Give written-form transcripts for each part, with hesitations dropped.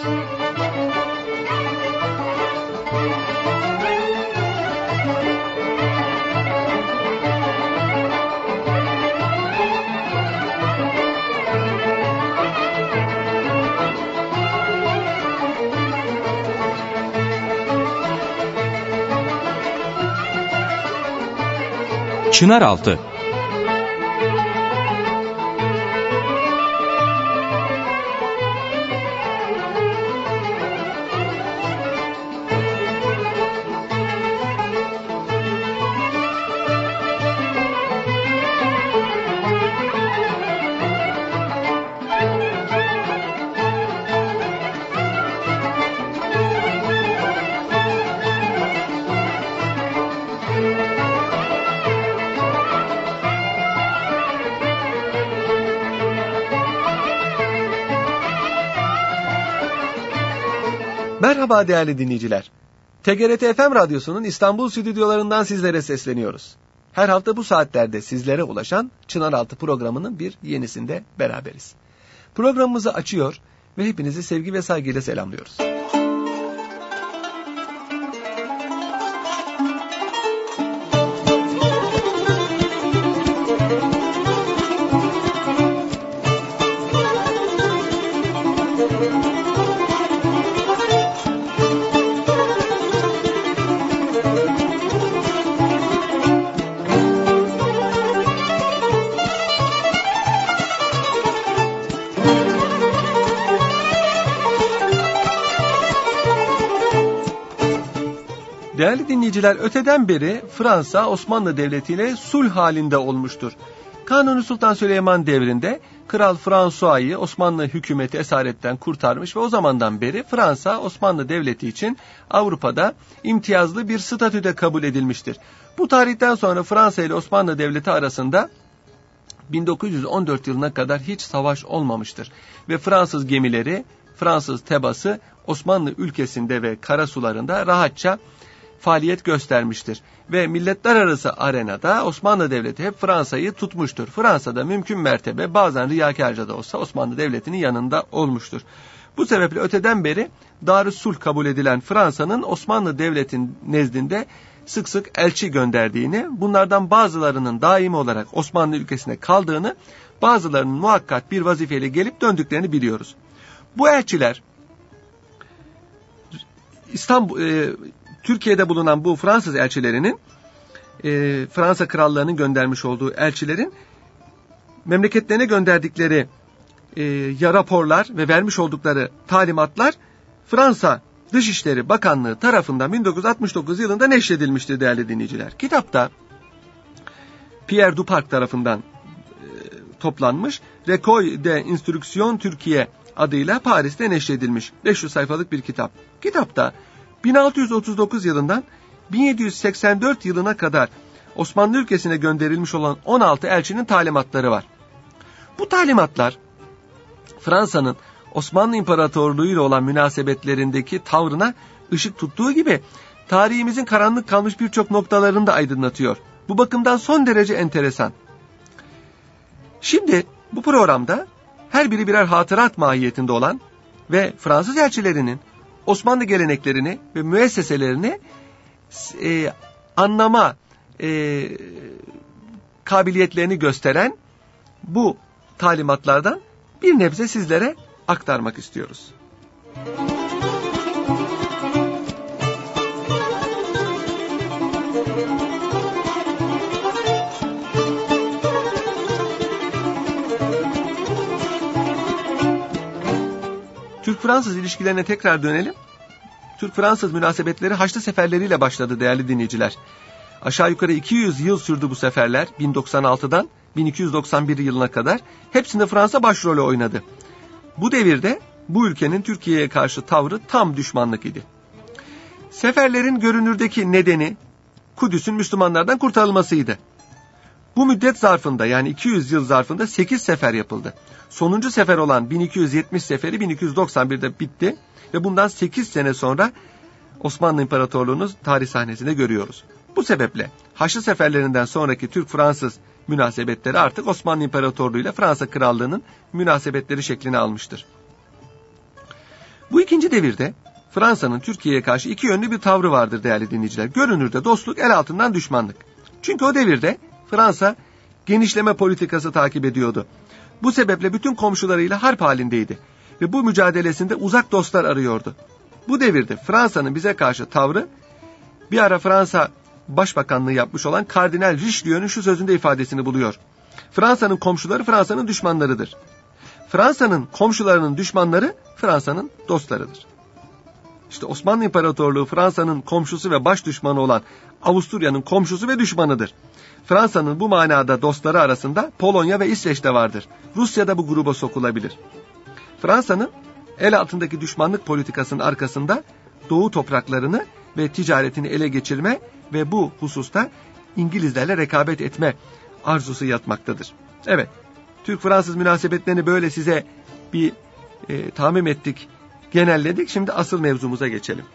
Çınaraltı. Merhaba değerli dinleyiciler. TGRT FM Radyosu'nun İstanbul stüdyolarından sizlere sesleniyoruz. Her hafta bu saatlerde sizlere ulaşan Çınaraltı programının bir yenisinde beraberiz. Programımızı açıyor ve hepinizi sevgi ve saygıyla selamlıyoruz. Değerli dinleyiciler, öteden beri Fransa Osmanlı Devleti ile sulh halinde olmuştur. Kanuni Sultan Süleyman devrinde Kral François'yı Osmanlı hükümeti esaretten kurtarmış ve o zamandan beri Fransa Osmanlı Devleti için Avrupa'da imtiyazlı bir statüde kabul edilmiştir. Bu tarihten sonra Fransa ile Osmanlı Devleti arasında 1914 yılına kadar hiç savaş olmamıştır. Ve Fransız gemileri, Fransız tebası Osmanlı ülkesinde ve karasularında rahatça faaliyet göstermiştir. Ve milletler arası arenada Osmanlı Devleti hep Fransa'yı tutmuştur. Fransa'da mümkün mertebe bazen riyakarca da olsa Osmanlı Devleti'nin yanında olmuştur. Bu sebeple öteden beri Darüssulh kabul edilen Fransa'nın Osmanlı Devleti'nin nezdinde sık sık elçi gönderdiğini, bunlardan bazılarının daimi olarak Osmanlı ülkesine kaldığını, bazılarının muhakkat bir vazifeyle gelip döndüklerini biliyoruz. Bu elçiler Türkiye'de bulunan bu Fransız elçilerinin, Fransa krallığının göndermiş olduğu elçilerin memleketlerine gönderdikleri raporlar ve vermiş oldukları talimatlar Fransa Dışişleri Bakanlığı tarafından 1969 yılında neşredilmiştir değerli dinleyiciler. Kitapta Pierre Duparc tarafından toplanmış Recueil des Instructions Türkiye adıyla Paris'te neşredilmiş 500 sayfalık bir kitap. Kitapta 1639 yılından 1784 yılına kadar Osmanlı ülkesine gönderilmiş olan 16 elçinin talimatları var. Bu talimatlar Fransa'nın Osmanlı İmparatorluğu ile olan münasebetlerindeki tavrına ışık tuttuğu gibi tarihimizin karanlık kalmış birçok noktalarını da aydınlatıyor. Bu bakımdan son derece enteresan. Şimdi bu programda her biri birer hatırat mahiyetinde olan ve Fransız elçilerinin Osmanlı geleneklerini ve müesseselerini anlama kabiliyetlerini gösteren bu talimatlardan bir nebze sizlere aktarmak istiyoruz. Türk-Fransız ilişkilerine tekrar dönelim. Türk-Fransız münasebetleri Haçlı seferleriyle başladı değerli dinleyiciler. Aşağı yukarı 200 yıl sürdü bu seferler, 1096'dan 1291 yılına kadar. Hepsinde Fransa başrolü oynadı. Bu devirde bu ülkenin Türkiye'ye karşı tavrı tam düşmanlık idi. Seferlerin görünürdeki nedeni Kudüs'ün Müslümanlardan kurtarılmasıydı. Bu müddet zarfında, yani 200 yıl zarfında 8 sefer yapıldı. Sonuncu sefer olan 1270 seferi 1291'de bitti ve bundan 8 sene sonra Osmanlı İmparatorluğu'nu tarih sahnesinde görüyoruz. Bu sebeple Haçlı seferlerinden sonraki Türk-Fransız münasebetleri artık Osmanlı İmparatorluğu ile Fransa Krallığı'nın münasebetleri şeklini almıştır. Bu ikinci devirde Fransa'nın Türkiye'ye karşı iki yönlü bir tavrı vardır değerli dinleyiciler. Görünürde dostluk, el altından düşmanlık. Çünkü o devirde Fransa genişleme politikası takip ediyordu. Bu sebeple bütün komşularıyla harp halindeydi ve bu mücadelesinde uzak dostlar arıyordu. Bu devirde Fransa'nın bize karşı tavrı, bir ara Fransa Başbakanlığı yapmış olan Kardinal Richelieu'nun şu sözünde ifadesini buluyor. Fransa'nın komşuları Fransa'nın düşmanlarıdır. Fransa'nın komşularının düşmanları Fransa'nın dostlarıdır. İşte Osmanlı İmparatorluğu Fransa'nın komşusu ve baş düşmanı olan Avusturya'nın komşusu ve düşmanıdır. Fransa'nın bu manada dostları arasında Polonya ve İsveç de vardır. Rusya da bu gruba sokulabilir. Fransa'nın el altındaki düşmanlık politikasının arkasında Doğu topraklarını ve ticaretini ele geçirme ve bu hususta İngilizlerle rekabet etme arzusu yatmaktadır. Evet, Türk-Fransız münasebetlerini böyle size bir tahmin ettik, genelledik. Şimdi asıl mevzumuza geçelim.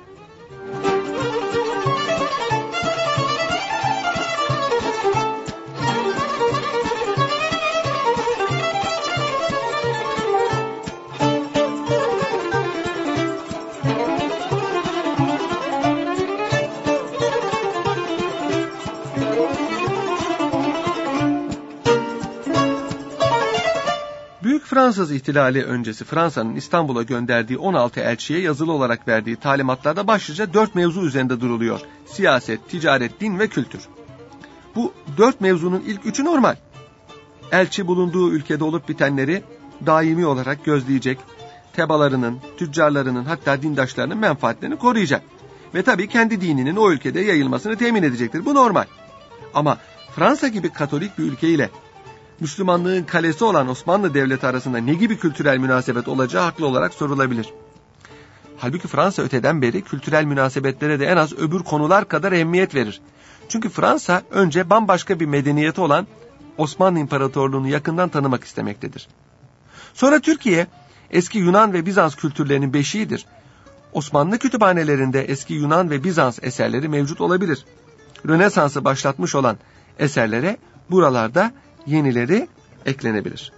Fransız ihtilali öncesi Fransa'nın İstanbul'a gönderdiği 16 elçiye yazılı olarak verdiği talimatlarda başlıca 4 mevzu üzerinde duruluyor. Siyaset, ticaret, din ve kültür. Bu 4 mevzunun ilk 3'ü normal. Elçi bulunduğu ülkede olup bitenleri daimi olarak gözleyecek, tebalarının, tüccarlarının hatta dindaşlarının menfaatlerini koruyacak. Ve tabii kendi dininin o ülkede yayılmasını temin edecektir. Bu normal. Ama Fransa gibi Katolik bir ülkeyle Müslümanlığın kalesi olan Osmanlı Devleti arasında ne gibi kültürel münasebet olacağı haklı olarak sorulabilir. Halbuki Fransa öteden beri kültürel münasebetlere de en az öbür konular kadar ehemmiyet verir. Çünkü Fransa önce bambaşka bir medeniyeti olan Osmanlı İmparatorluğu'nu yakından tanımak istemektedir. Sonra Türkiye eski Yunan ve Bizans kültürlerinin beşiğidir. Osmanlı kütüphanelerinde eski Yunan ve Bizans eserleri mevcut olabilir. Rönesans'ı başlatmış olan eserlere buralarda yenileri eklenebilir.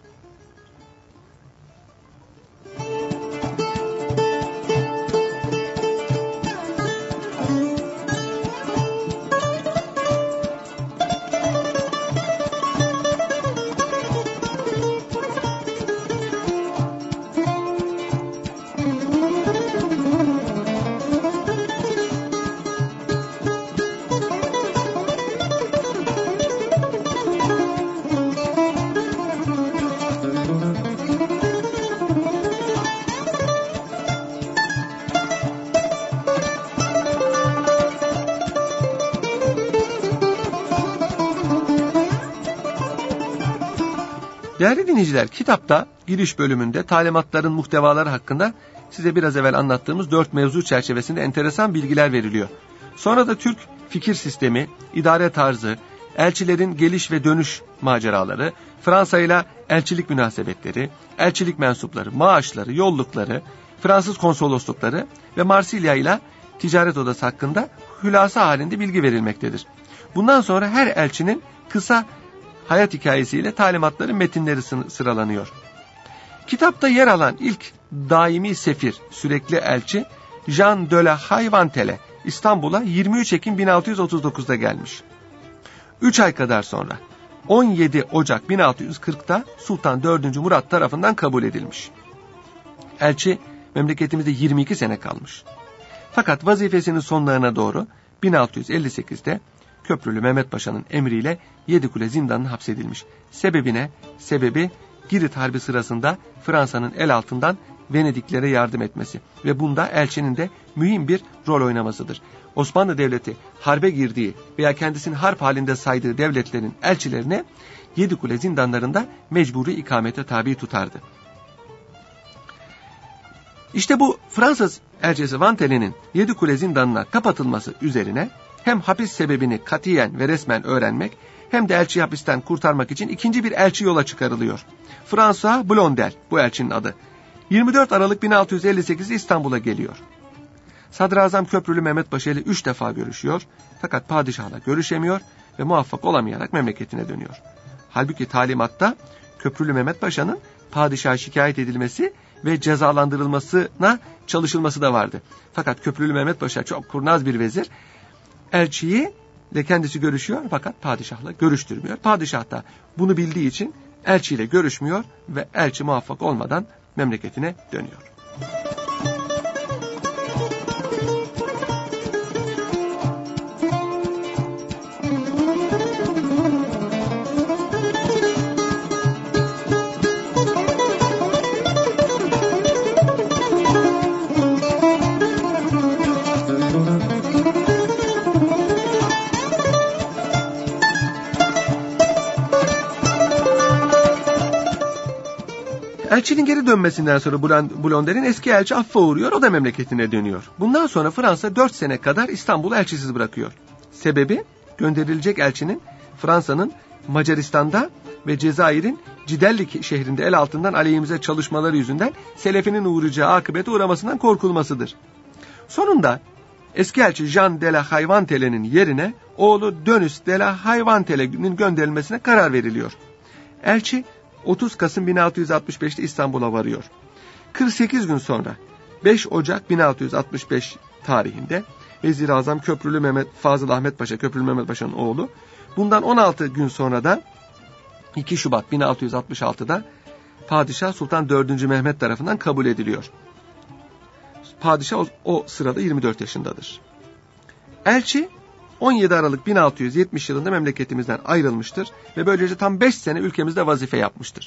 Değerli dinleyiciler, kitapta giriş bölümünde talimatların muhtevaları hakkında size biraz evvel anlattığımız 4 mevzu çerçevesinde enteresan bilgiler veriliyor. Sonra da Türk fikir sistemi, idare tarzı, elçilerin geliş ve dönüş maceraları, Fransa ile elçilik münasebetleri, elçilik mensupları, maaşları, yollukları, Fransız konsoloslukları ve Marsilya ile ticaret odası hakkında hülasa halinde bilgi verilmektedir. Bundan sonra her elçinin kısa hayat hikayesiyle talimatların metinleri sıralanıyor. Kitapta yer alan ilk daimi sefir, sürekli elçi Jean de la Hayvantele İstanbul'a 23 Ekim 1639'da gelmiş. 3 ay kadar sonra 17 Ocak 1640'da Sultan 4. Murat tarafından kabul edilmiş. Elçi memleketimizde 22 sene kalmış. Fakat vazifesinin sonlarına doğru 1658'de Köprülü Mehmet Paşa'nın emriyle Yedikule zindanına hapsedilmiş. Sebebi Girit Harbi sırasında Fransa'nın el altından Venediklere yardım etmesi ve bunda elçinin de mühim bir rol oynamasıdır. Osmanlı Devleti harbe girdiği veya kendisini harp halinde saydığı devletlerin elçilerine Yedikule zindanlarında mecburi ikamete tabi tutardı. İşte bu Fransız elçisi Vantelen'in Yedikule zindanına kapatılması üzerine hem hapis sebebini katiyen ve resmen öğrenmek hem de elçiyi hapisten kurtarmak için ikinci bir elçi yola çıkarılıyor. François Blondel bu elçinin adı. 24 Aralık 1658'de İstanbul'a geliyor. Sadrazam Köprülü Mehmet Paşa ile 3 defa görüşüyor fakat padişahla görüşemiyor ve muvaffak olamayarak memleketine dönüyor. Halbuki talimatta Köprülü Mehmet Paşa'nın padişaha şikayet edilmesi ve cezalandırılmasına çalışılması da vardı. Fakat Köprülü Mehmet Paşa çok kurnaz bir vezir. Elçiyi de kendisi görüşüyor fakat padişahla görüştürmüyor. Padişah da bunu bildiği için elçiyle görüşmüyor ve elçi muvaffak olmadan memleketine dönüyor. Elçinin geri dönmesinden sonra Blondel'in eski elçi affa uğruyor, o da memleketine dönüyor. Bundan sonra Fransa 4 sene kadar İstanbul'u elçisiz bırakıyor. Sebebi gönderilecek elçinin Fransa'nın Macaristan'da ve Cezayir'in Cidelli şehrinde el altından aleyhimize çalışmaları yüzünden Selefi'nin uğrayacağı akıbete uğramasından korkulmasıdır. Sonunda eski elçi Jean de la Hayvantele'nin yerine oğlu Dönüs de la Hayvantele'nin gönderilmesine karar veriliyor. Elçi 30 Kasım 1665'te İstanbul'a varıyor. 48 gün sonra 5 Ocak 1665 tarihinde Vezir-i Azam Fazıl Ahmet Paşa, Köprülü Mehmet Paşa'nın oğlu, bundan 16 gün sonra da 2 Şubat 1666'da Padişah Sultan 4. Mehmet tarafından kabul ediliyor. Padişah o sırada 24 yaşındadır. Elçi 17 Aralık 1670 yılında memleketimizden ayrılmıştır ve böylece tam 5 sene ülkemizde vazife yapmıştır.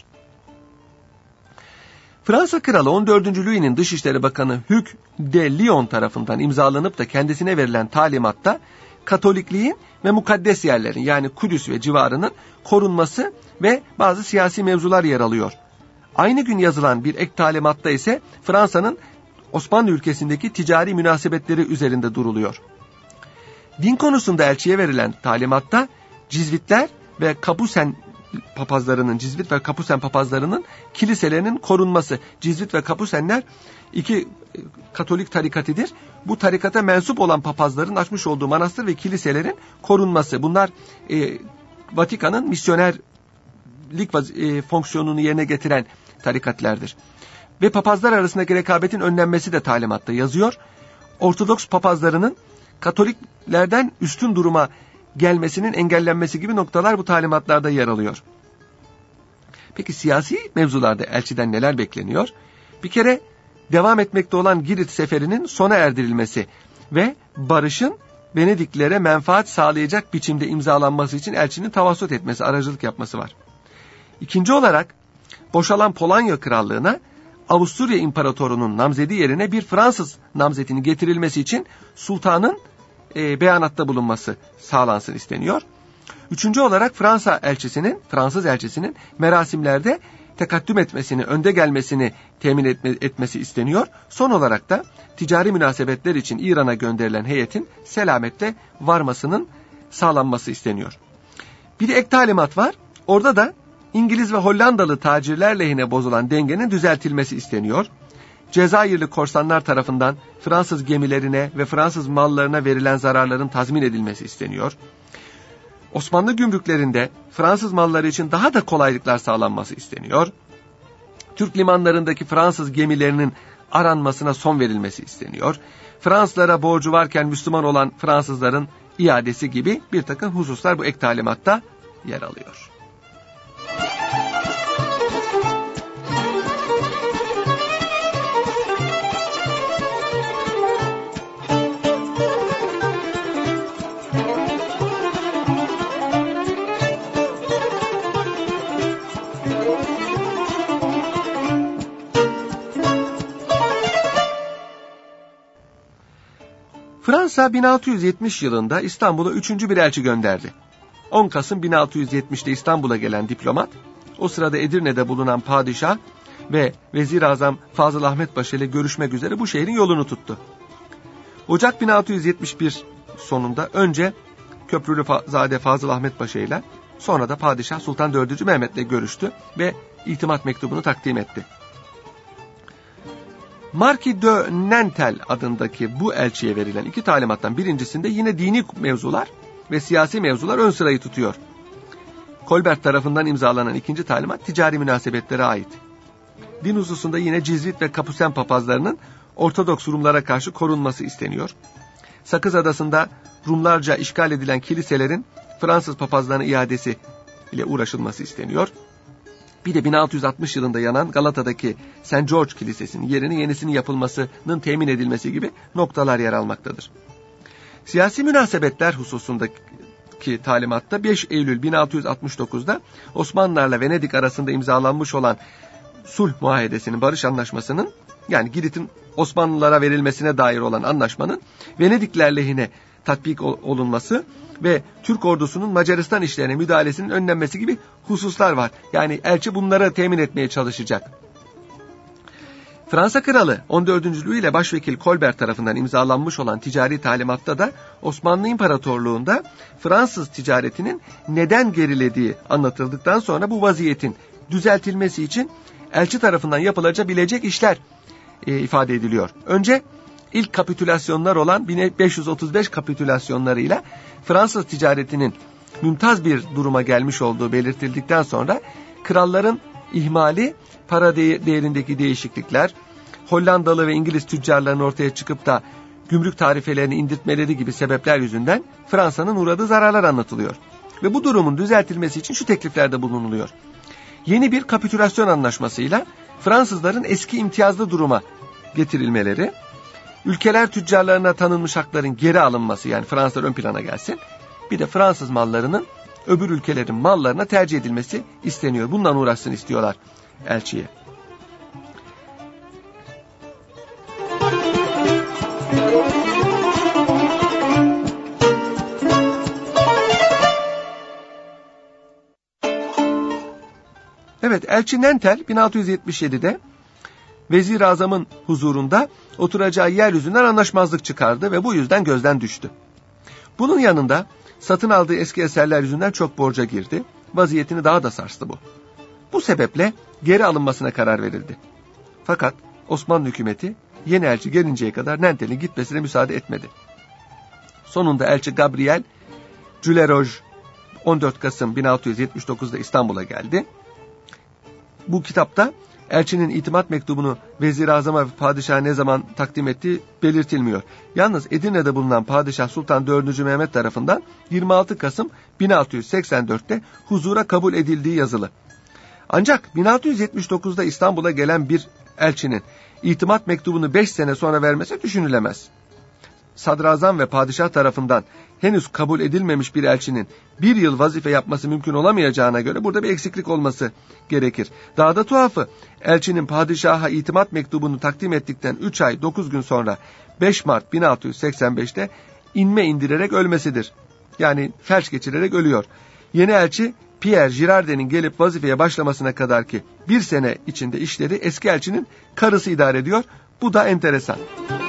Fransa Kralı 14. Louis'nin Dışişleri Bakanı Hugues de Lyon tarafından imzalanıp da kendisine verilen talimatta Katolikliğin ve mukaddes yerlerin yani Kudüs ve civarının korunması ve bazı siyasi mevzular yer alıyor. Aynı gün yazılan bir ek talimatta ise Fransa'nın Osmanlı ülkesindeki ticari münasebetleri üzerinde duruluyor. Din konusunda elçiye verilen talimatta Cizvitler ve Kapusen papazlarının kiliselerinin korunması. Cizvit ve Kapusenler iki Katolik tarikatidir. Bu tarikata mensup olan papazların açmış olduğu manastır ve kiliselerin korunması. Bunlar Vatikan'ın misyonerlik fonksiyonunu yerine getiren tarikatlerdir. Ve papazlar arasındaki rekabetin önlenmesi de talimatta yazıyor. Ortodoks papazlarının Katoliklerden üstün duruma gelmesinin engellenmesi gibi noktalar bu talimatlarda yer alıyor. Peki siyasi mevzularda elçiden neler bekleniyor? Bir kere devam etmekte olan Girit seferinin sona erdirilmesi ve barışın Venediklilere menfaat sağlayacak biçimde imzalanması için elçinin tavassut etmesi, aracılık yapması var. İkinci olarak boşalan Polonya Krallığı'na Avusturya İmparatorunun namzedi yerine bir Fransız namzetinin getirilmesi için sultanın beyanatta bulunması sağlansın isteniyor. Üçüncü olarak Fransız elçisinin merasimlerde tekaddüm etmesini, önde gelmesini temin etmesi isteniyor. Son olarak da ticari münasebetler için İran'a gönderilen heyetin selametle varmasının sağlanması isteniyor. Bir de ek talimat var. Orada da İngiliz ve Hollandalı tacirler lehine bozulan dengenin düzeltilmesi isteniyor. Cezayirli korsanlar tarafından Fransız gemilerine ve Fransız mallarına verilen zararların tazmin edilmesi isteniyor. Osmanlı gümrüklerinde Fransız malları için daha da kolaylıklar sağlanması isteniyor. Türk limanlarındaki Fransız gemilerinin aranmasına son verilmesi isteniyor. Fransızlara borcu varken Müslüman olan Fransızların iadesi gibi bir takım hususlar bu ek talimatta yer alıyor. Fransa 1670 yılında İstanbul'a 3. bir elçi gönderdi. 10 Kasım 1670'te İstanbul'a gelen diplomat, o sırada Edirne'de bulunan padişah ve Vezir-i Azam Fazıl Ahmet Paşa ile görüşmek üzere bu şehrin yolunu tuttu. Ocak 1671 sonunda önce Köprülüzade Fazıl Ahmet Paşa ile sonra da Padişah Sultan 4. Mehmet ile görüştü ve itimat mektubunu takdim etti. Marquis de Nantel adındaki bu elçiye verilen iki talimattan birincisinde yine dini mevzular ve siyasi mevzular ön sırayı tutuyor. Colbert tarafından imzalanan ikinci talimat ticari münasebetlere ait. din hususunda yine Cizvit ve Kapusen papazlarının Ortodoks Rumlara karşı korunması isteniyor. Sakız Adası'nda Rumlarca işgal edilen kiliselerin Fransız papazlarına iadesi ile uğraşılması isteniyor. Bir de 1660 yılında yanan Galata'daki St. George Kilisesi'nin yerine yenisinin yapılmasının temin edilmesi gibi noktalar yer almaktadır. Siyasi münasebetler hususundaki talimatta 5 Eylül 1669'da Osmanlılarla Venedik arasında imzalanmış olan sulh muahedesinin, barış anlaşmasının, yani Girit'in Osmanlılara verilmesine dair olan anlaşmanın Venedikler lehine tatbik olunması ve Türk ordusunun Macaristan işlerine müdahalesinin önlenmesi gibi hususlar var. Yani elçi bunları temin etmeye çalışacak. Fransa Kralı 14. Louis ile Başvekil Colbert tarafından imzalanmış olan ticari talimatta da Osmanlı İmparatorluğu'nda Fransız ticaretinin neden gerilediği anlatıldıktan sonra bu vaziyetin düzeltilmesi için elçi tarafından yapılabilecek işler ifade ediliyor. Önce ilk kapitülasyonlar olan 1535 kapitülasyonlarıyla Fransız ticaretinin mümtaz bir duruma gelmiş olduğu belirtildikten sonra kralların ihmali, para değerindeki değişiklikler, Hollandalı ve İngiliz tüccarların ortaya çıkıp da gümrük tarifelerini indirtmeleri gibi sebepler yüzünden Fransa'nın uğradığı zararlar anlatılıyor. Ve bu durumun düzeltilmesi için şu tekliflerde bulunuluyor. Yeni bir kapitülasyon anlaşmasıyla Fransızların eski imtiyazlı duruma getirilmeleri, ülkeler tüccarlarına tanınmış hakların geri alınması, yani Fransızlar ön plana gelsin, bir de Fransız mallarının öbür ülkelerin mallarına tercih edilmesi isteniyor. Bundan uğraşsın istiyorlar elçiye. Evet, elçi Nentel 1677'de Vezir-i Azam'ın huzurunda oturacağı yeryüzünden anlaşmazlık çıkardı ve bu yüzden gözden düştü. Bunun yanında satın aldığı eski eserler yüzünden çok borca girdi. Vaziyetini daha da sarstı bu. Bu sebeple geri alınmasına karar verildi. Fakat Osmanlı hükümeti yeni elçi gelinceye kadar Nentel'in gitmesine müsaade etmedi. Sonunda elçi Gabriel Culeroge 14 Kasım 1679'da İstanbul'a geldi. Bu kitapta elçinin itimat mektubunu Vezir-i Azam'a ve padişaha ne zaman takdim ettiği belirtilmiyor. Yalnız Edirne'de bulunan Padişah Sultan 4. Mehmet tarafından 26 Kasım 1684'te huzura kabul edildiği yazılı. Ancak 1679'da İstanbul'a gelen bir elçinin itimat mektubunu 5 sene sonra vermesi düşünülemez. Sadrazam ve padişah tarafından henüz kabul edilmemiş bir elçinin 1 yıl vazife yapması mümkün olamayacağına göre burada bir eksiklik olması gerekir. Daha da tuhafı, elçinin padişaha itimat mektubunu takdim ettikten 3 ay 9 gün sonra 5 Mart 1685'te inme indirerek ölmesidir. Yani felç geçirerek ölüyor. Yeni elçi Pierre Girardet'in gelip vazifeye başlamasına kadar ki 1 sene içinde işleri eski elçinin karısı idare ediyor. Bu da enteresan.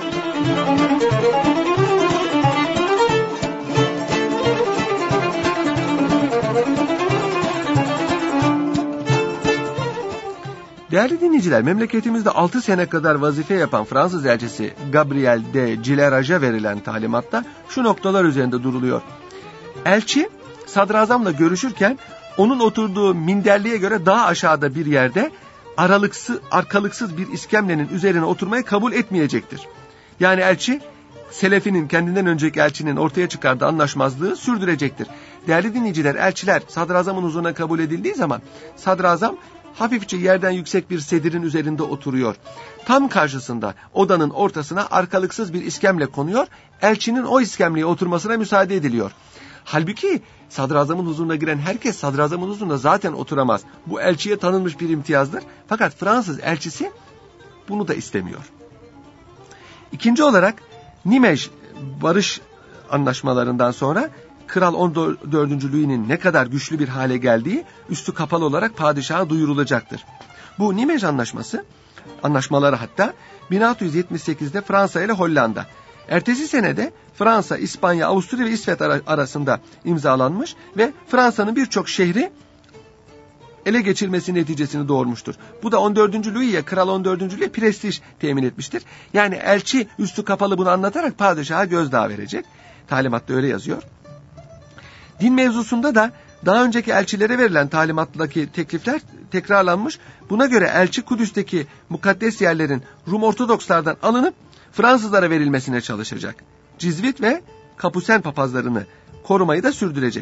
Değerli dinleyiciler, memleketimizde 6 sene kadar vazife yapan Fransız elçisi Gabriel de Gillerage'a verilen talimatta şu noktalar üzerinde duruluyor. Elçi sadrazamla görüşürken onun oturduğu minderliğe göre daha aşağıda bir yerde arkalıksız bir iskemlenin üzerine oturmayı kabul etmeyecektir. Yani elçi selefinin, kendinden önceki elçinin ortaya çıkardığı anlaşmazlığı sürdürecektir. Değerli dinleyiciler, elçiler sadrazamın huzuruna kabul edildiği zaman sadrazam hafifçe yerden yüksek bir sedirin üzerinde oturuyor. Tam karşısında odanın ortasına arkalıksız bir iskemle konuyor. Elçinin o iskemleye oturmasına müsaade ediliyor. Halbuki sadrazamın huzuruna giren herkes sadrazamın huzurunda zaten oturamaz. Bu elçiye tanınmış bir imtiyazdır. Fakat Fransız elçisi bunu da istemiyor. İkinci olarak Nimej barış anlaşmalarından sonra Kral 14. Louis'nin ne kadar güçlü bir hale geldiği üstü kapalı olarak padişaha duyurulacaktır. Bu Nimej anlaşmaları hatta 1678'de Fransa ile Hollanda. Ertesi senede Fransa, İspanya, Avusturya ve İsveç arasında imzalanmış ve Fransa'nın birçok şehri ele geçirmesi neticesini doğurmuştur. Bu da 14. Louis'ye, Kral 14. Louis'ye prestij temin etmiştir. Yani elçi üstü kapalı bunu anlatarak padişaha gözdağı verecek. Talimatta öyle yazıyor. Din mevzusunda da Daha önceki elçilere verilen talimattaki teklifler tekrarlanmış. Buna göre elçi Kudüs'teki mukaddes yerlerin Rum Ortodokslardan alınıp Fransızlara verilmesine çalışacak. Cizvit ve Kapusen papazlarını korumayı da sürdürecek.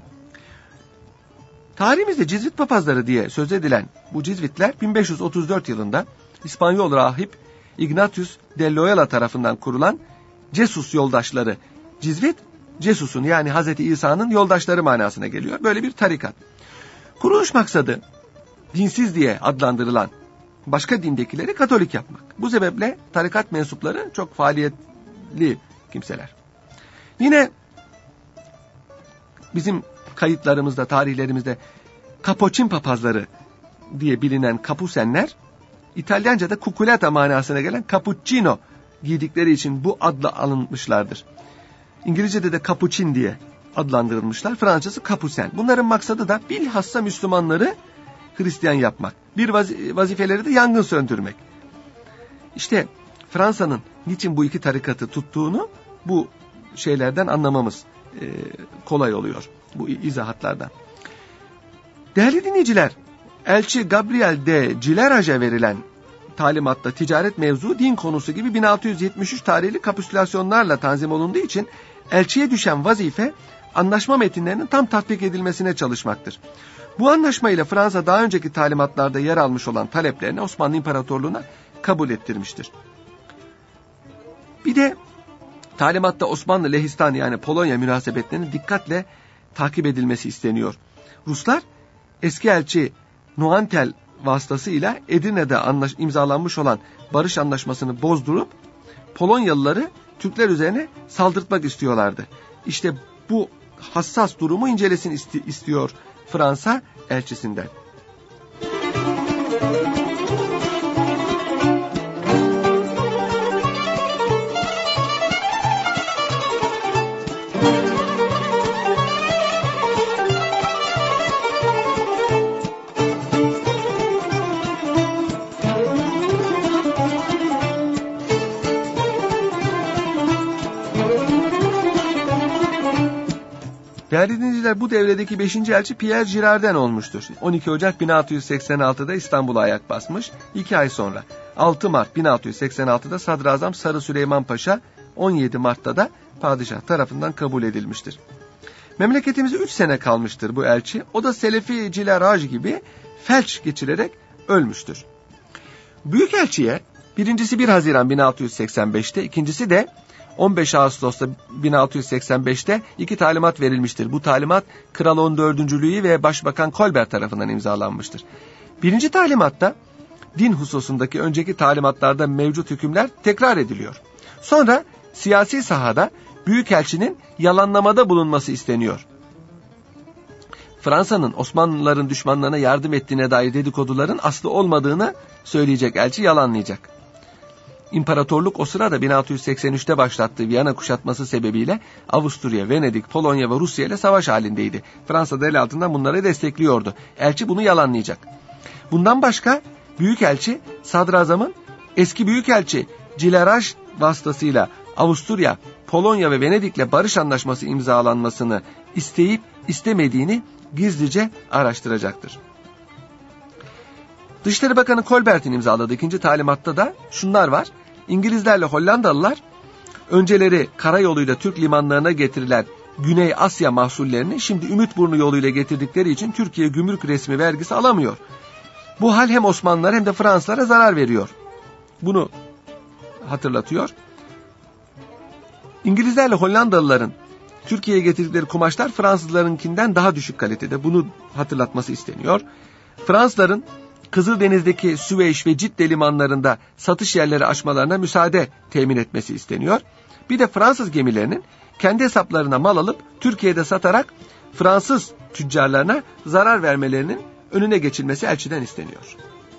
Tarihimizde Cizvit papazları diye söz edilen bu Cizvitler 1534 yılında İspanyol rahip Ignatius de Loyola tarafından kurulan Cesus yoldaşları. Cizvit, Cesus'un yani Hazreti İsa'nın yoldaşları manasına geliyor. Böyle bir tarikat. Kuruluş maksadı dinsiz diye adlandırılan başka dindekileri Katolik yapmak. Bu sebeple tarikat mensupları çok faaliyetli kimseler. Yine bizim kayıtlarımızda, tarihlerimizde Kapuçin papazları diye bilinen Kapusenler, İtalyanca'da cuculata manasına gelen cappuccino giydikleri için bu adla alınmışlardır. İngilizce'de de Capuchin diye adlandırılmışlar. Fransızcası Kapusen. Bunların maksadı da bilhassa Müslümanları Hristiyan yapmak. Bir vazifeleri de yangın söndürmek. İşte Fransa'nın niçin bu iki tarikatı tuttuğunu bu şeylerden anlamamız kolay oluyor. Bu izahatlardan. Değerli dinleyiciler, Elçi Gabriel de Gilerage'e verilen talimatta ticaret mevzu din konusu gibi 1673 tarihli kapitülasyonlarla tanzim olunduğu için elçiye düşen vazife anlaşma metinlerinin tam tatbik edilmesine çalışmaktır. Bu anlaşma ile Fransa daha önceki talimatlarda yer almış olan taleplerini Osmanlı İmparatorluğu'na kabul ettirmiştir. Bir de talimatta Osmanlı Lehistan yani Polonya münasebetlerinin dikkatle takip edilmesi isteniyor. Ruslar eski elçi Noantel vasıtasıyla Edirne'de imzalanmış olan barış anlaşmasını bozdurup Polonyalıları Türkler üzerine saldırtmak istiyorlardı. İşte bu hassas durumu incelesin istiyor Fransa elçisinden. Değerli dinleyiciler, bu devredeki 5. elçi Pierre Girardin olmuştur. 12 Ocak 1686'da İstanbul'a ayak basmış. 2 ay sonra 6 Mart 1686'da Sadrazam Sarı Süleyman Paşa, 17 Mart'ta da padişah tarafından kabul edilmiştir. Memleketimize 3 sene kalmıştır bu elçi. O da Selefi Gileraj gibi felç geçirerek ölmüştür. Büyükelçiye birincisi 1 Haziran 1685'te, ikincisi de 15 Ağustos'ta 1685'te 2 talimat verilmiştir. Bu talimat Kral 14. Louis ve Başbakan Colbert tarafından imzalanmıştır. Birinci talimatta din hususundaki önceki talimatlarda mevcut hükümler tekrar ediliyor. Sonra siyasi sahada Büyükelçinin yalanlamada bulunması isteniyor. Fransa'nın Osmanlıların düşmanlarına yardım ettiğine dair dedikoduların aslı olmadığını söyleyecek elçi yalanlayacak. İmparatorluk o sırada 1683'te başlattığı Viyana kuşatması sebebiyle Avusturya, Venedik, Polonya ve Rusya ile savaş halindeydi. Fransa da el altından bunları destekliyordu. Elçi bunu yalanlayacak. Bundan başka Büyükelçi Sadrazam'ın eski Büyükelçi Gileraj vasıtasıyla Avusturya, Polonya ve Venedik'le barış anlaşması imzalanmasını isteyip istemediğini gizlice araştıracaktır. Dışişleri Bakanı Colbert'in imzaladığı 2. talimatta da şunlar var. İngilizlerle Hollandalılar önceleri karayoluyla Türk limanlarına getirilen Güney Asya mahsullerini şimdi Ümitburnu yoluyla getirdikleri için Türkiye gümrük resmi vergisi alamıyor. Bu hal hem Osmanlılara hem de Fransızlara zarar veriyor. Bunu hatırlatıyor. İngilizlerle Hollandalıların Türkiye'ye getirdikleri kumaşlar Fransızlarınkinden daha düşük kalitede. Bunu hatırlatması isteniyor. Fransızların Kızıldeniz'deki Süveyş ve Cidde limanlarında satış yerleri açmalarına müsaade temin etmesi isteniyor. Bir de Fransız gemilerinin kendi hesaplarına mal alıp Türkiye'de satarak Fransız tüccarlarına zarar vermelerinin önüne geçilmesi elçiden isteniyor.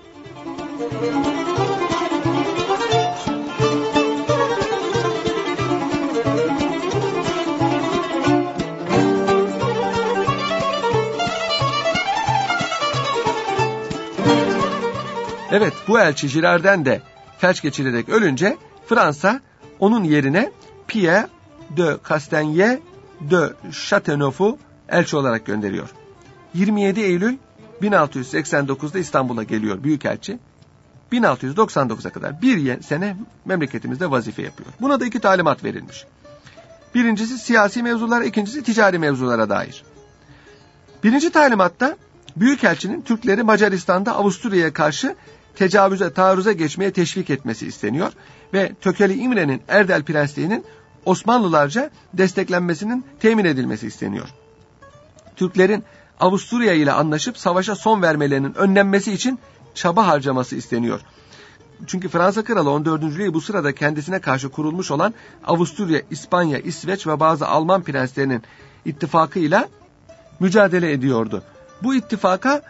Evet, bu elçi Girardin de felç geçirerek ölünce Fransa onun yerine Pierre de Castagnet de Châteauneuf'u elçi olarak gönderiyor. 27 Eylül 1689'da İstanbul'a geliyor Büyükelçi. 1699'a kadar bir sene memleketimizde vazife yapıyor. Buna da 2 talimat verilmiş. Birincisi siyasi mevzulara, ikincisi ticari mevzulara dair. Birinci talimatta Büyükelçinin Türkleri Macaristan'da Avusturya'ya karşı tecavüze, taarruza geçmeye teşvik etmesi isteniyor ve Tökeli İmre'nin Erdel Prensliği'nin Osmanlılarca desteklenmesinin temin edilmesi isteniyor. Türklerin Avusturya ile anlaşıp savaşa son vermelerinin önlenmesi için çaba harcaması isteniyor. Çünkü Fransa Kralı 14. Louis bu sırada kendisine karşı kurulmuş olan Avusturya, İspanya, İsveç ve bazı Alman prenslerinin ittifakıyla mücadele ediyordu. Bu ittifaka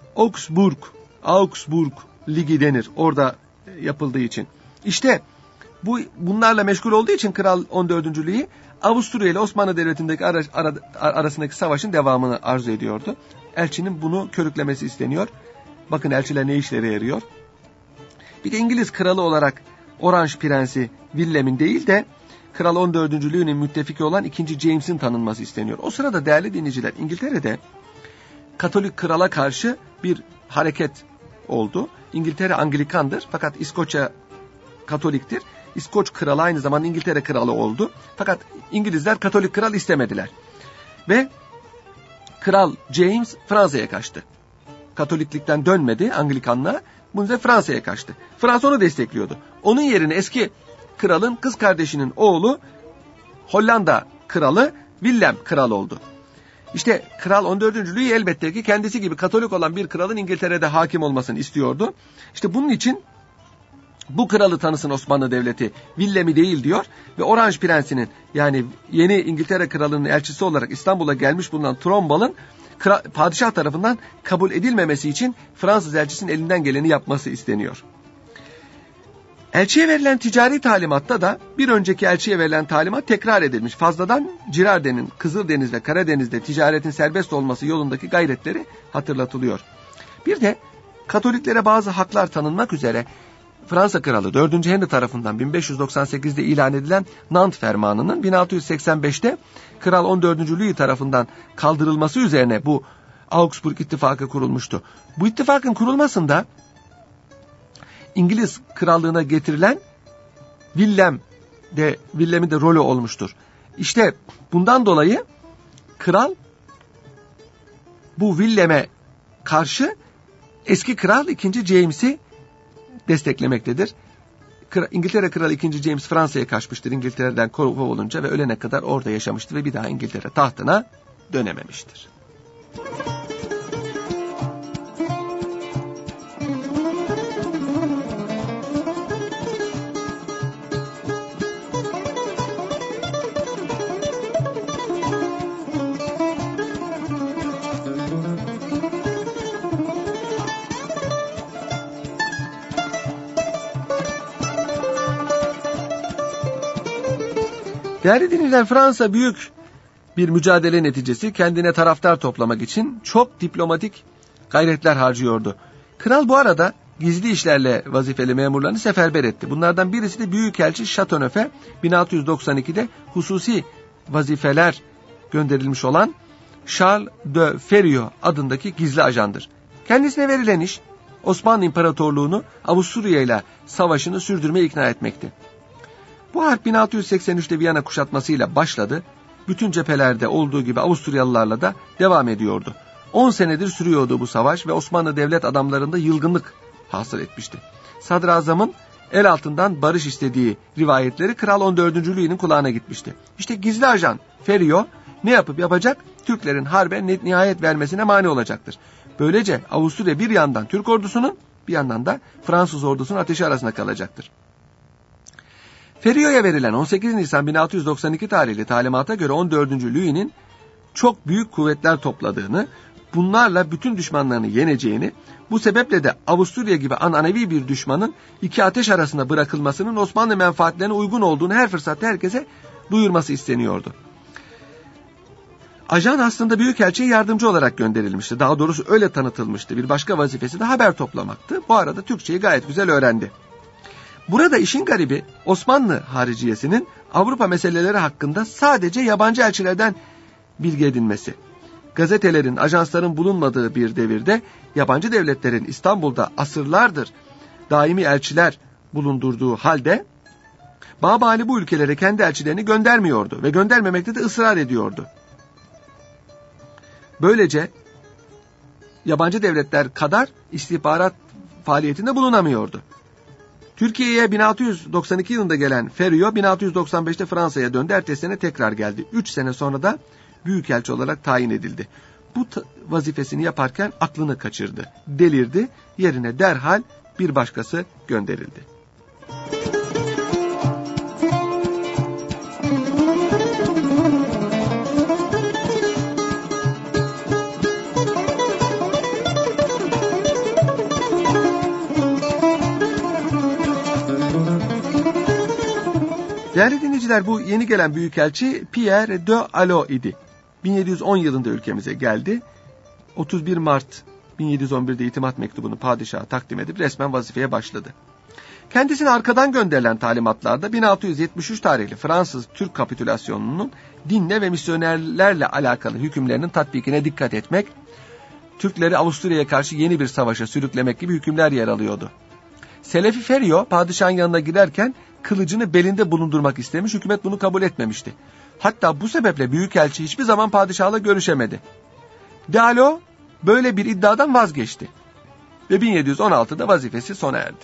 Augsburg Ligi denir orada yapıldığı için. İşte bunlarla meşgul olduğu için Kral 14. Louis Avusturya ile Osmanlı Devleti'ndeki arasındaki savaşın devamını arzu ediyordu. Elçinin bunu körüklemesi isteniyor. Bakın elçiler ne işlere yarıyor. Bir de İngiliz kralı olarak Orange Prensi William'in değil de Kral 14. Louis'nin müttefiki olan 2. James'in tanınması isteniyor. O sırada değerli dinleyiciler İngiltere'de Katolik krala karşı bir hareket oldu. İngiltere Anglikandır fakat İskoçya Katoliktir. İskoç kralı aynı zamanda İngiltere kralı oldu. Fakat İngilizler Katolik kral istemediler. Ve Kral James Fransa'ya kaçtı. Katoliklikten dönmedi Anglikanlığa. Bunun üzerine Fransa'ya kaçtı. Fransa onu destekliyordu. Onun yerine eski kralın kız kardeşinin oğlu Hollanda kralı Willem kral oldu. İşte Kral 14. Louis elbette ki kendisi gibi Katolik olan bir kralın İngiltere'de hakim olmasını istiyordu. İşte bunun için bu kralı tanısın Osmanlı Devleti, Willem'i değil diyor ve Orange Prensi'nin yani yeni İngiltere kralının elçisi olarak İstanbul'a gelmiş bulunan Trumbull'ın padişah tarafından kabul edilmemesi için Fransız elçisinin elinden geleni yapması isteniyor. Elçiye verilen ticari talimatta da bir önceki elçiye verilen talimat tekrar edilmiş. Fazladan Girarden'in Kızıldeniz ve Karadeniz'de ticaretin serbest olması yolundaki gayretleri hatırlatılıyor. Bir de Katoliklere bazı haklar tanınmak üzere Fransa Kralı 4. Henry tarafından 1598'de ilan edilen Nantes Fermanı'nın 1685'te Kral 14. Louis tarafından kaldırılması üzerine bu Augsburg İttifakı kurulmuştu. Bu ittifakın kurulmasında İngiliz krallığına getirilen Willem'in de rolü olmuştur. İşte bundan dolayı kral bu Willem'e karşı eski kral 2. James'i desteklemektedir. İngiltere Kralı 2. James Fransa'ya kaçmıştır İngiltere'den kovulunca ve ölene kadar orada yaşamıştır ve bir daha İngiltere tahtına dönememiştir. Değerli dinleyiciler, Fransa büyük bir mücadele neticesi kendine taraftar toplamak için çok diplomatik gayretler harcıyordu. Kral bu arada gizli işlerle vazifeli memurlarını seferber etti. Bunlardan birisi de Büyükelçi Chateauneuf'e 1692'de hususi vazifeler gönderilmiş olan Charles de Ferriot adındaki gizli ajandır. Kendisine verilen iş Osmanlı İmparatorluğu'nu Avusturya ile savaşını sürdürmeye ikna etmekti. Bu harp 1683'te Viyana kuşatmasıyla başladı. Bütün cephelerde olduğu gibi Avusturyalılarla da devam ediyordu. 10 senedir sürüyordu bu savaş ve Osmanlı devlet adamlarında yılgınlık hasıl etmişti. Sadrazamın el altından barış istediği rivayetleri Kral 14. Louis'nin kulağına gitmişti. İşte gizli ajan Ferriot ne yapacak? Türklerin harbe nihayet vermesine mani olacaktır. Böylece Avusturya bir yandan Türk ordusunun bir yandan da Fransız ordusunun ateşi arasında kalacaktır. Ferriot'a verilen 18 Nisan 1692 tarihli talimata göre 14. Louis'nin çok büyük kuvvetler topladığını, bunlarla bütün düşmanlarını yeneceğini, bu sebeple de Avusturya gibi ananevi bir düşmanın iki ateş arasında bırakılmasının Osmanlı menfaatlerine uygun olduğunu her fırsatta herkese duyurması isteniyordu. Ajan aslında Büyükelçi'ye yardımcı olarak gönderilmişti. Daha doğrusu öyle tanıtılmıştı. Bir başka vazifesi de haber toplamaktı. Bu arada Türkçeyi gayet güzel öğrendi. Burada işin garibi Osmanlı hariciyesinin Avrupa meseleleri hakkında sadece yabancı elçilerden bilgi edinmesi. gazetelerin, ajansların bulunmadığı bir devirde yabancı devletlerin İstanbul'da asırlardır daimi elçiler bulundurduğu halde Babali bu ülkelere kendi elçilerini göndermiyordu ve göndermemekte de ısrar ediyordu. Böylece yabancı devletler kadar istihbarat faaliyetinde bulunamıyordu. Türkiye'ye 1692 yılında gelen Ferriot 1695'te Fransa'ya döndü. Ertesi sene tekrar geldi. 3 sene sonra da büyükelçi olarak tayin edildi. Bu vazifesini yaparken aklını kaçırdı. Delirdi. Yerine derhal bir başkası gönderildi. Değerli dinleyiciler, bu yeni gelen büyükelçi Pierre de Allot idi. 1710 yılında ülkemize geldi. 31 Mart 1711'de itimat mektubunu padişaha takdim edip resmen vazifeye başladı. Kendisine arkadan gönderilen talimatlarda 1673 tarihli Fransız-Türk kapitülasyonunun dinle ve misyonerlerle alakalı hükümlerinin tatbikine dikkat etmek, Türkleri Avusturya'ya karşı yeni bir savaşa sürüklemek gibi hükümler yer alıyordu. Selefi Ferriot padişahın yanına giderken kılıcını belinde bulundurmak istemiş, hükümet bunu kabul etmemişti. Hatta bu sebeple büyükelçi hiçbir zaman padişahla görüşemedi. De Allot böyle bir iddiadan vazgeçti ve 1716'da vazifesi sona erdi.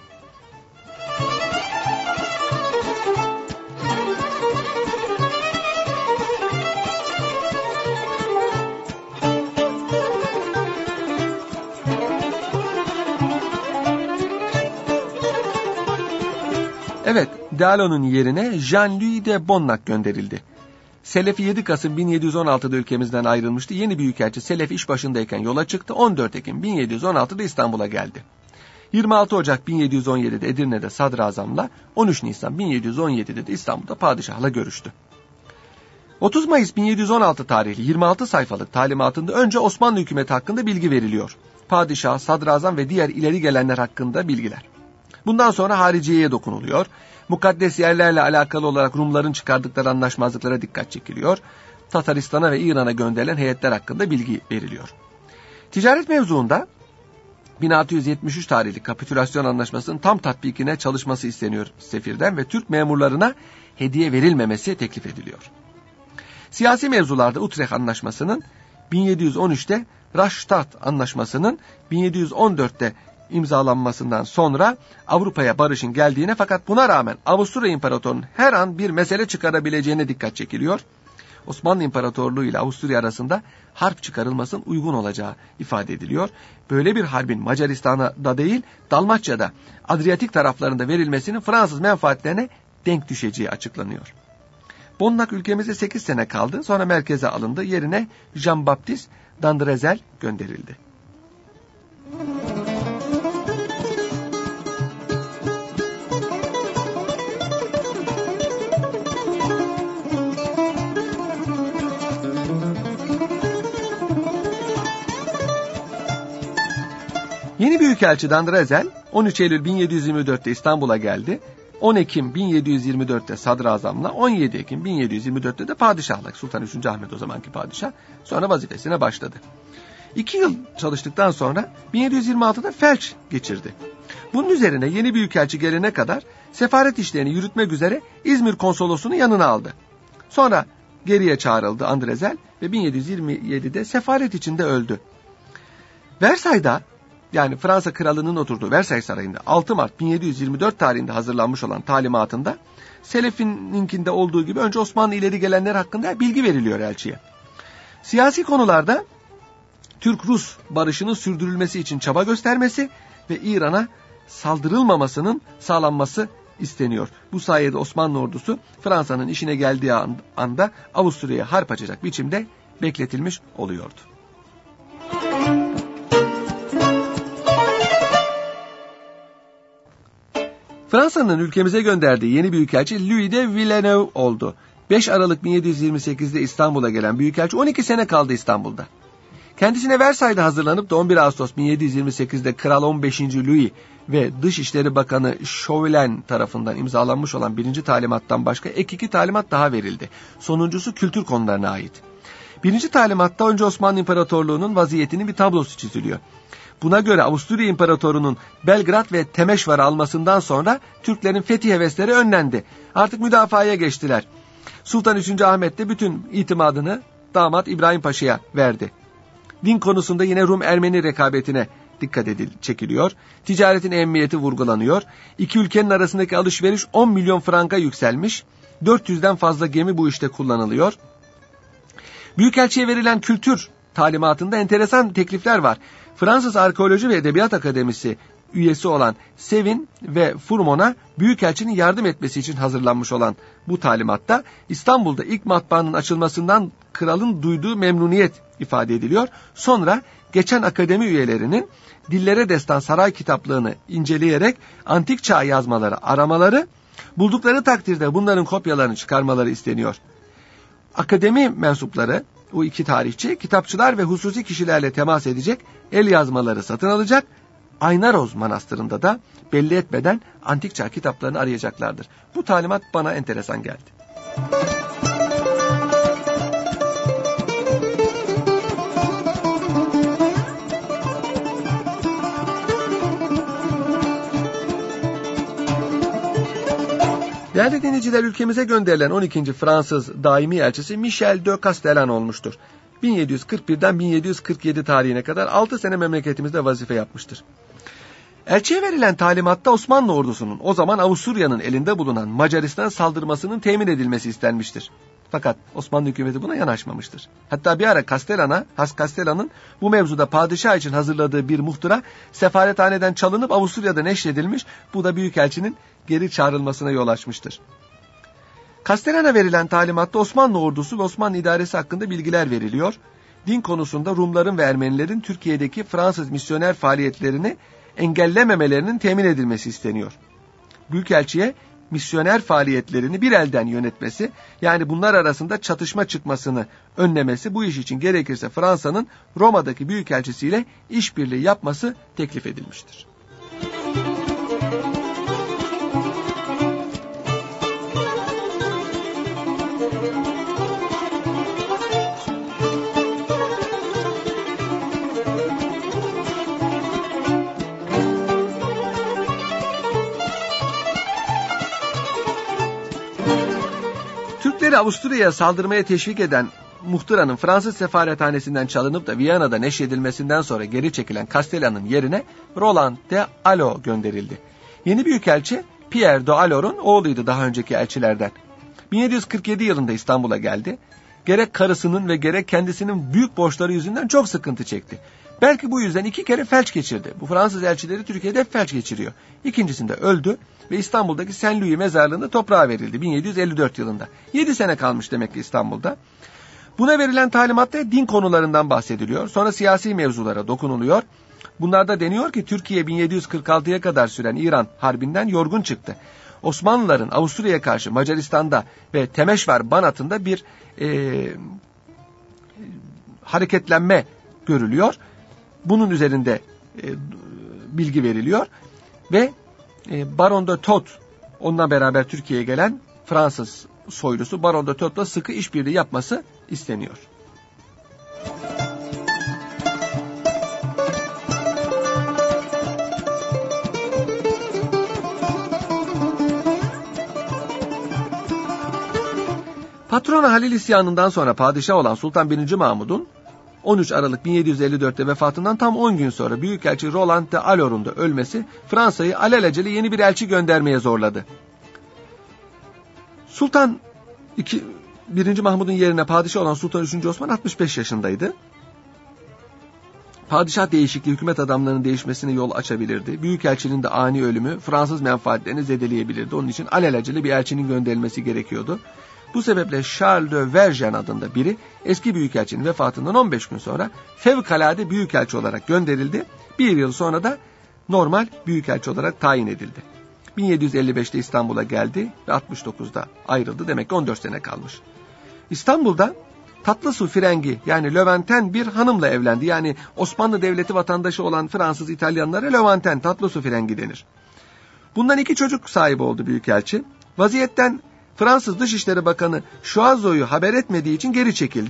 Evet, de Allot'un yerine Jean-Louis de Bonnac gönderildi. Selefi 7 Kasım 1716'da ülkemizden ayrılmıştı. Yeni büyükelçi Selefi iş başındayken yola çıktı. 14 Ekim 1716'da İstanbul'a geldi. 26 Ocak 1717'de Edirne'de sadrazamla, 13 Nisan 1717'de de İstanbul'da padişahla görüştü. 30 Mayıs 1716 tarihli 26 sayfalık talimatında önce Osmanlı hükümeti hakkında bilgi veriliyor. Padişah, sadrazam ve diğer ileri gelenler hakkında bilgiler. Bundan sonra hariciyeye dokunuluyor. Mukaddes yerlerle alakalı olarak Rumların çıkardıkları anlaşmazlıklara dikkat çekiliyor. Tataristan'a ve İran'a gönderilen heyetler hakkında bilgi veriliyor. Ticaret mevzuunda 1673 tarihli kapitülasyon anlaşmasının tam tatbikine çalışması isteniyor sefirden ve Türk memurlarına hediye verilmemesi teklif ediliyor. Siyasi mevzularda Utrecht Anlaşması'nın 1713'te, Rastatt Anlaşması'nın 1714'te imzalanmasından sonra Avrupa'ya barışın geldiğine, fakat buna rağmen Avusturya İmparatorluğu'nun her an bir mesele çıkarabileceğine dikkat çekiliyor. Osmanlı İmparatorluğu ile Avusturya arasında harp çıkarılmasının uygun olacağı ifade ediliyor. Böyle bir harbin Macaristan'a da değil, Dalmaçya'da, Adriyatik taraflarında verilmesinin Fransız menfaatlerine denk düşeceği açıklanıyor. Bonnac ülkemizde 8 sene kaldı, sonra merkeze alındı. Yerine Jean-Baptiste d'Andrezel gönderildi. Yeni büyükelçi d'Andrezel 13 Eylül 1724'te İstanbul'a geldi. 10 Ekim 1724'te sadrazamla, 17 Ekim 1724'te de padişahla, Sultan 3. Ahmet o zamanki padişah, sonra vazifesine başladı. 2 yıl çalıştıktan sonra 1726'da felç geçirdi. Bunun üzerine yeni büyükelçi gelene kadar sefaret işlerini yürütmek üzere İzmir konsolosunu yanına aldı. Sonra geriye çağrıldı Andrezel ve 1727'de sefaret içinde öldü. Versay'da, yani Fransa Kralının oturduğu Versay Sarayı'nda 6 Mart 1724 tarihinde hazırlanmış olan talimatında Selefi'ninkinde olduğu gibi önce Osmanlı ileri gelenler hakkında bilgi veriliyor elçiye. Siyasi konularda Türk-Rus barışının sürdürülmesi için çaba göstermesi ve İran'a saldırılmamasının sağlanması isteniyor. Bu sayede Osmanlı ordusu Fransa'nın işine geldiği anda Avusturya'ya harp açacak biçimde bekletilmiş oluyordu. Fransa'nın ülkemize gönderdiği yeni büyükelçi Louis de Villeneuve oldu. 5 Aralık 1728'de İstanbul'a gelen büyükelçi 12 sene kaldı İstanbul'da. Kendisine Versay'da hazırlanıp da 11 Ağustos 1728'de Kral 15. Louis ve Dışişleri Bakanı Chauvelin tarafından imzalanmış olan 1. talimattan başka ek 2 talimat daha verildi. Sonuncusu kültür konularına ait. Birinci talimatta önce Osmanlı İmparatorluğu'nun vaziyetinin bir tablosu çiziliyor. Buna göre Avusturya İmparatoru'nun Belgrad ve Temeşvar'ı almasından sonra Türklerin fethi hevesleri önlendi. Artık müdafaya geçtiler. Sultan 3. Ahmet de bütün itimadını damat İbrahim Paşa'ya verdi. Din konusunda yine Rum-Ermeni rekabetine dikkat çekiliyor. Ticaretin ehemmiyeti vurgulanıyor. İki ülkenin arasındaki alışveriş 10 milyon franka yükselmiş. 400'den fazla gemi bu işte kullanılıyor. Büyükelçiye verilen kültür talimatında enteresan teklifler var. Fransız Arkeoloji ve Edebiyat Akademisi üyesi olan Sevin ve Fourmon'a Büyükelçinin yardım etmesi için hazırlanmış olan bu talimatta İstanbul'da ilk matbaanın açılmasından kralın duyduğu memnuniyet ifade ediliyor. Sonra geçen akademi üyelerinin dillere destan saray kitaplığını inceleyerek antik çağ yazmaları aramaları, buldukları takdirde bunların kopyalarını çıkarmaları isteniyor. Akademi mensupları, o iki tarihçi, kitapçılar ve hususi kişilerle temas edecek, el yazmaları satın alacak, Aynaroz Manastırı'nda da belli etmeden antik çağ kitaplarını arayacaklardır. Bu talimat bana enteresan geldi. Değerli dinleyiciler, ülkemize gönderilen 12. Fransız daimi elçisi Michel de Castellane olmuştur. 1741'den 1747 tarihine kadar 6 sene memleketimizde vazife yapmıştır. Elçiye verilen talimatta Osmanlı ordusunun o zaman Avusturya'nın elinde bulunan Macaristan'a saldırmasının temin edilmesi istenmiştir. Fakat Osmanlı hükümeti buna yanaşmamıştır. Hatta bir ara Castellan'ın bu mevzuda padişah için hazırladığı bir muhtıra sefarethaneden çalınıp Avusturya'da neşredilmiş, bu da büyükelçinin geri çağrılmasına yol açmıştır. Castellan'a verilen talimatta Osmanlı ordusu ve Osmanlı idaresi hakkında bilgiler veriliyor. Din konusunda Rumların ve Ermenilerin Türkiye'deki Fransız misyoner faaliyetlerini engellememelerinin temin edilmesi isteniyor. Büyükelçiye misyoner faaliyetlerini bir elden yönetmesi, yani bunlar arasında çatışma çıkmasını önlemesi, bu iş için gerekirse Fransa'nın Roma'daki büyükelçisiyle işbirliği yapması teklif edilmiştir. Türkleri Avusturya'ya saldırmaya teşvik eden muhtıranın Fransız sefarethanesinden çalınıp da Viyana'da neşredilmesinden sonra geri çekilen Castellan'ın yerine Roland de Alo gönderildi. Yeni büyükelçi Pierre de Alor'un oğluydu daha önceki elçilerden. 1747 yılında İstanbul'a geldi. Gerek karısının ve gerek kendisinin büyük borçları yüzünden çok sıkıntı çekti. Belki bu yüzden 2 kere felç geçirdi. Bu Fransız elçileri Türkiye'de hep felç geçiriyor. İkincisinde öldü ve İstanbul'daki Saint Louis mezarlığında toprağa verildi 1754 yılında. 7 sene kalmış demek ki İstanbul'da. Buna verilen talimatta din konularından bahsediliyor. Sonra siyasi mevzulara dokunuluyor. Bunlarda deniyor ki Türkiye 1746'ya kadar süren İran Harbi'nden yorgun çıktı. Osmanlıların Avusturya'ya karşı Macaristan'da ve Temeşvar Banat'ında bir hareketlenme görülüyor. Bunun üzerinde bilgi veriliyor ve Baron de Thot, onunla beraber Türkiye'ye gelen Fransız soylusu Baron de Thot'la sıkı işbirliği yapması isteniyor. Patrona Halil isyanından sonra padişah olan Sultan 1. Mahmud'un 13 Aralık 1754'te vefatından tam 10 gün sonra Büyükelçi Roland de Alor'un da ölmesi Fransa'yı alelacele yeni bir elçi göndermeye zorladı. Sultan 1. Mahmud'un yerine padişah olan Sultan 3. Osman 65 yaşındaydı. Padişah değişikliği hükümet adamlarının değişmesine yol açabilirdi. Büyükelçinin de ani ölümü Fransız menfaatlerini zedeleyebilirdi. Onun için alelacele bir elçinin gönderilmesi gerekiyordu. Bu sebeple Charles de Vergennes adında biri eski büyükelçinin vefatından 15 gün sonra fevkalade büyükelçi olarak gönderildi. Bir yıl sonra da normal büyükelçi olarak tayin edildi. 1755'te İstanbul'a geldi ve 69'da ayrıldı. Demek ki 14 sene kalmış. İstanbul'da Tatlısu Frengi yani Lövanten bir hanımla evlendi. Yani Osmanlı Devleti vatandaşı olan Fransız İtalyanlara Lövanten, Tatlısu Frengi denir. Bundan 2 çocuk sahibi oldu büyükelçi. Vaziyetten Fransız Dışişleri Bakanı Choiseul'u haber etmediği için geri çekildi.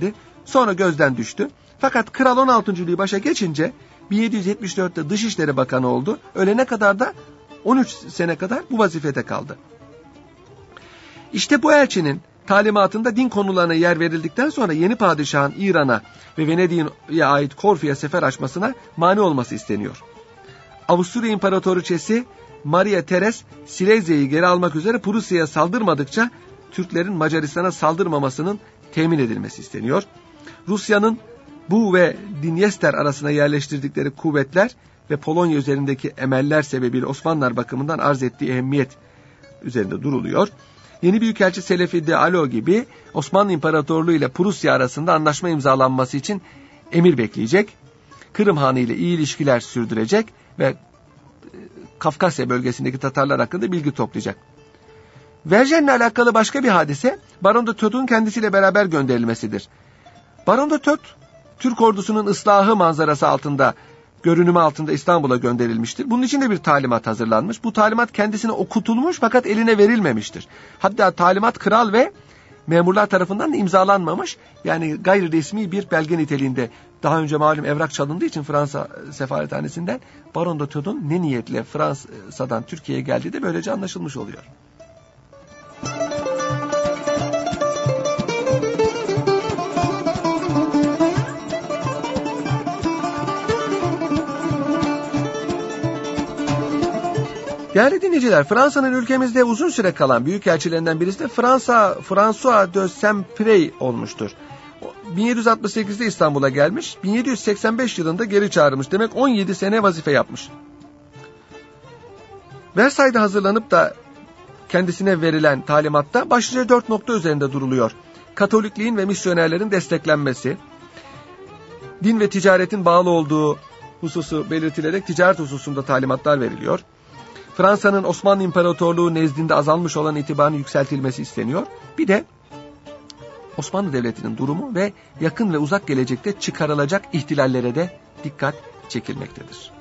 Sonra gözden düştü. Fakat Kral 16. Louis başa geçince 1774'te Dışişleri Bakanı oldu. Ölene kadar da 13 sene kadar bu vazifede kaldı. İşte bu elçinin talimatında din konularına yer verildikten sonra yeni padişahın İran'a ve Venedik'e ait Korfu'ya sefer açmasına mani olması isteniyor. Avusturya İmparatoriçesi Maria Teres Silezya'yı geri almak üzere Prusya'ya saldırmadıkça Türklerin Macaristan'a saldırmamasının temin edilmesi isteniyor. Rusya'nın Bu ve Dinyester arasına yerleştirdikleri kuvvetler ve Polonya üzerindeki emeller sebebiyle Osmanlılar bakımından arz ettiği ehemmiyet üzerinde duruluyor. Yeni Büyükelçi Selefi de Alo gibi Osmanlı İmparatorluğu ile Prusya arasında anlaşma imzalanması için emir bekleyecek. Kırım Hanı ile iyi ilişkiler sürdürecek ve Kafkasya bölgesindeki Tatarlar hakkında bilgi toplayacak. Vergen'le alakalı başka bir hadise Baron de Thot'un kendisiyle beraber gönderilmesidir. Baron de Thot, Türk ordusunun ıslahı manzarası altında, görünümü altında İstanbul'a gönderilmiştir. Bunun için de bir talimat hazırlanmış. Bu talimat kendisine okutulmuş fakat eline verilmemiştir. Hatta talimat kral ve memurlar tarafından da imzalanmamış. Yani gayri resmi bir belge niteliğinde. Daha önce malum evrak çalındığı için Fransa sefarethanesinden Baron de Thot'un ne niyetle Fransa'dan Türkiye'ye geldiği de böylece anlaşılmış oluyor. Değerli dinleyiciler, Fransa'nın ülkemizde uzun süre kalan büyükelçilerinden birisi de François de Saint-Pré olmuştur. 1768'de İstanbul'a gelmiş, 1785 yılında geri çağrılmış. Demek 17 sene vazife yapmış. Versailles'de hazırlanıp da kendisine verilen talimatta başlıca 4 nokta üzerinde duruluyor. Katolikliğin ve misyonerlerin desteklenmesi, din ve ticaretin bağlı olduğu hususu belirtilerek ticaret hususunda talimatlar veriliyor. Fransa'nın Osmanlı İmparatorluğu nezdinde azalmış olan itibarının yükseltilmesi isteniyor. Bir de Osmanlı Devleti'nin durumu ve yakın ve uzak gelecekte çıkarılacak ihtilallere de dikkat çekilmektedir.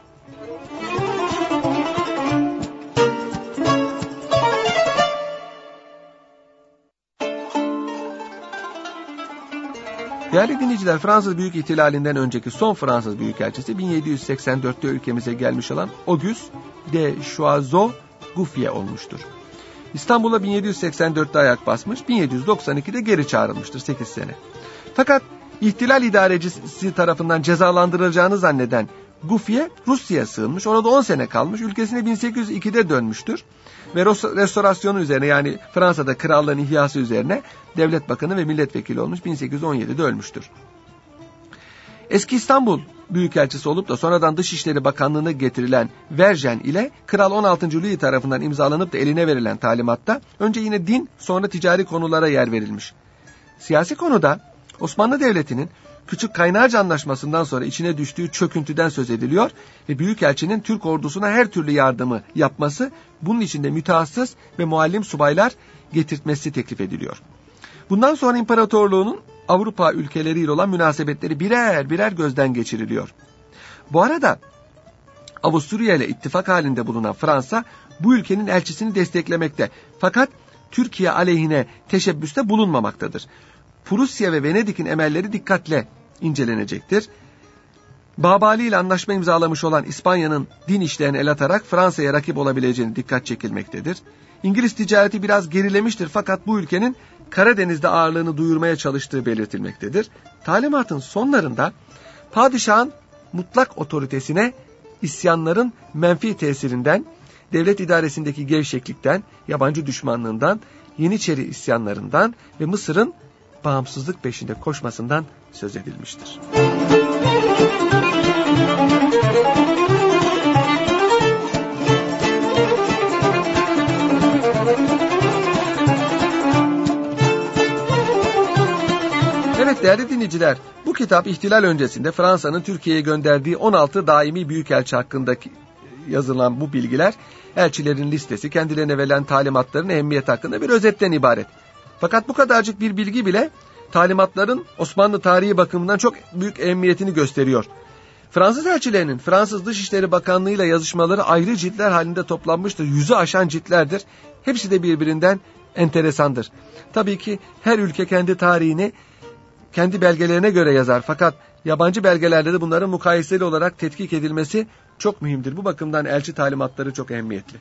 Değerli dinleyiciler, Fransız Büyük İhtilalinden önceki son Fransız Büyükelçisi 1784'te ülkemize gelmiş olan Auguste de Choiseul-Gouffier olmuştur. İstanbul'a 1784'te ayak basmış, 1792'de geri çağrılmıştır 8 sene. Fakat ihtilal idarecisi tarafından cezalandırılacağını zanneden Gouffier Rusya'ya sığınmış, orada 10 sene kalmış, ülkesine 1802'de dönmüştür. Ve restorasyonu üzerine, yani Fransa'da krallığın ihyası üzerine devlet bakanı ve milletvekili olmuş, 1817'de ölmüştür. Eski İstanbul Büyükelçisi olup da sonradan Dışişleri Bakanlığı'na getirilen Vergen ile Kral 16. Louis tarafından imzalanıp da eline verilen talimatta önce yine din, sonra ticari konulara yer verilmiş. Siyasi konuda Osmanlı Devleti'nin Küçük Kaynarca Anlaşması'ndan sonra içine düştüğü çöküntüden söz ediliyor ve Büyükelçinin Türk ordusuna her türlü yardımı yapması, bunun için de mütehassıs ve muallim subaylar getirtmesi teklif ediliyor. Bundan sonra imparatorluğunun Avrupa ülkeleriyle olan münasebetleri birer birer gözden geçiriliyor. Bu arada Avusturya ile ittifak halinde bulunan Fransa bu ülkenin elçisini desteklemekte, fakat Türkiye aleyhine teşebbüste bulunmamaktadır. Prusya ve Venedik'in emelleri dikkatle incelenecektir. Babali ile anlaşma imzalamış olan İspanya'nın din işlerine el atarak Fransa'ya rakip olabileceğine dikkat çekilmektedir. İngiliz ticareti biraz gerilemiştir, fakat bu ülkenin Karadeniz'de ağırlığını duyurmaya çalıştığı belirtilmektedir. Talimatın sonlarında padişahın mutlak otoritesine isyanların menfi tesirinden, devlet idaresindeki gevşeklikten, yabancı düşmanlığından, Yeniçeri isyanlarından ve Mısır'ın bağımsızlık peşinde koşmasından söz edilmiştir. Evet değerli dinleyiciler, bu kitap ihtilal öncesinde Fransa'nın Türkiye'ye gönderdiği 16 daimi büyükelçi hakkındaki yazılan bu bilgiler, elçilerin listesi, kendilerine verilen talimatların ehemmiyeti hakkında bir özetten ibaret. Fakat bu kadarcık bir bilgi bile talimatların Osmanlı tarihi bakımından çok büyük ehemmiyetini gösteriyor. Fransız elçilerinin Fransız Dışişleri Bakanlığı ile yazışmaları ayrı ciltler halinde toplanmıştır. 100'ü aşan ciltlerdir. Hepsi de birbirinden enteresandır. Tabii ki her ülke kendi tarihini kendi belgelerine göre yazar. Fakat yabancı belgelerde de bunların mukayeseli olarak tetkik edilmesi çok mühimdir. Bu bakımdan elçi talimatları çok ehemmiyetli.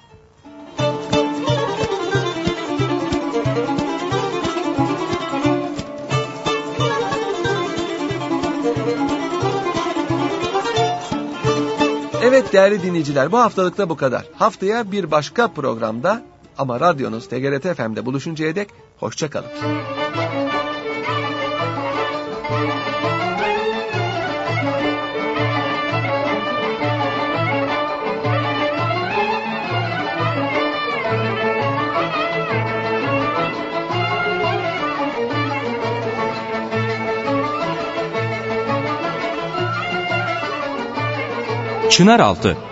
Evet değerli dinleyiciler, bu haftalıkta bu kadar. Haftaya bir başka programda ama radyonuz TGRT FM'de buluşuncaya dek hoşça kalın. Çınaraltı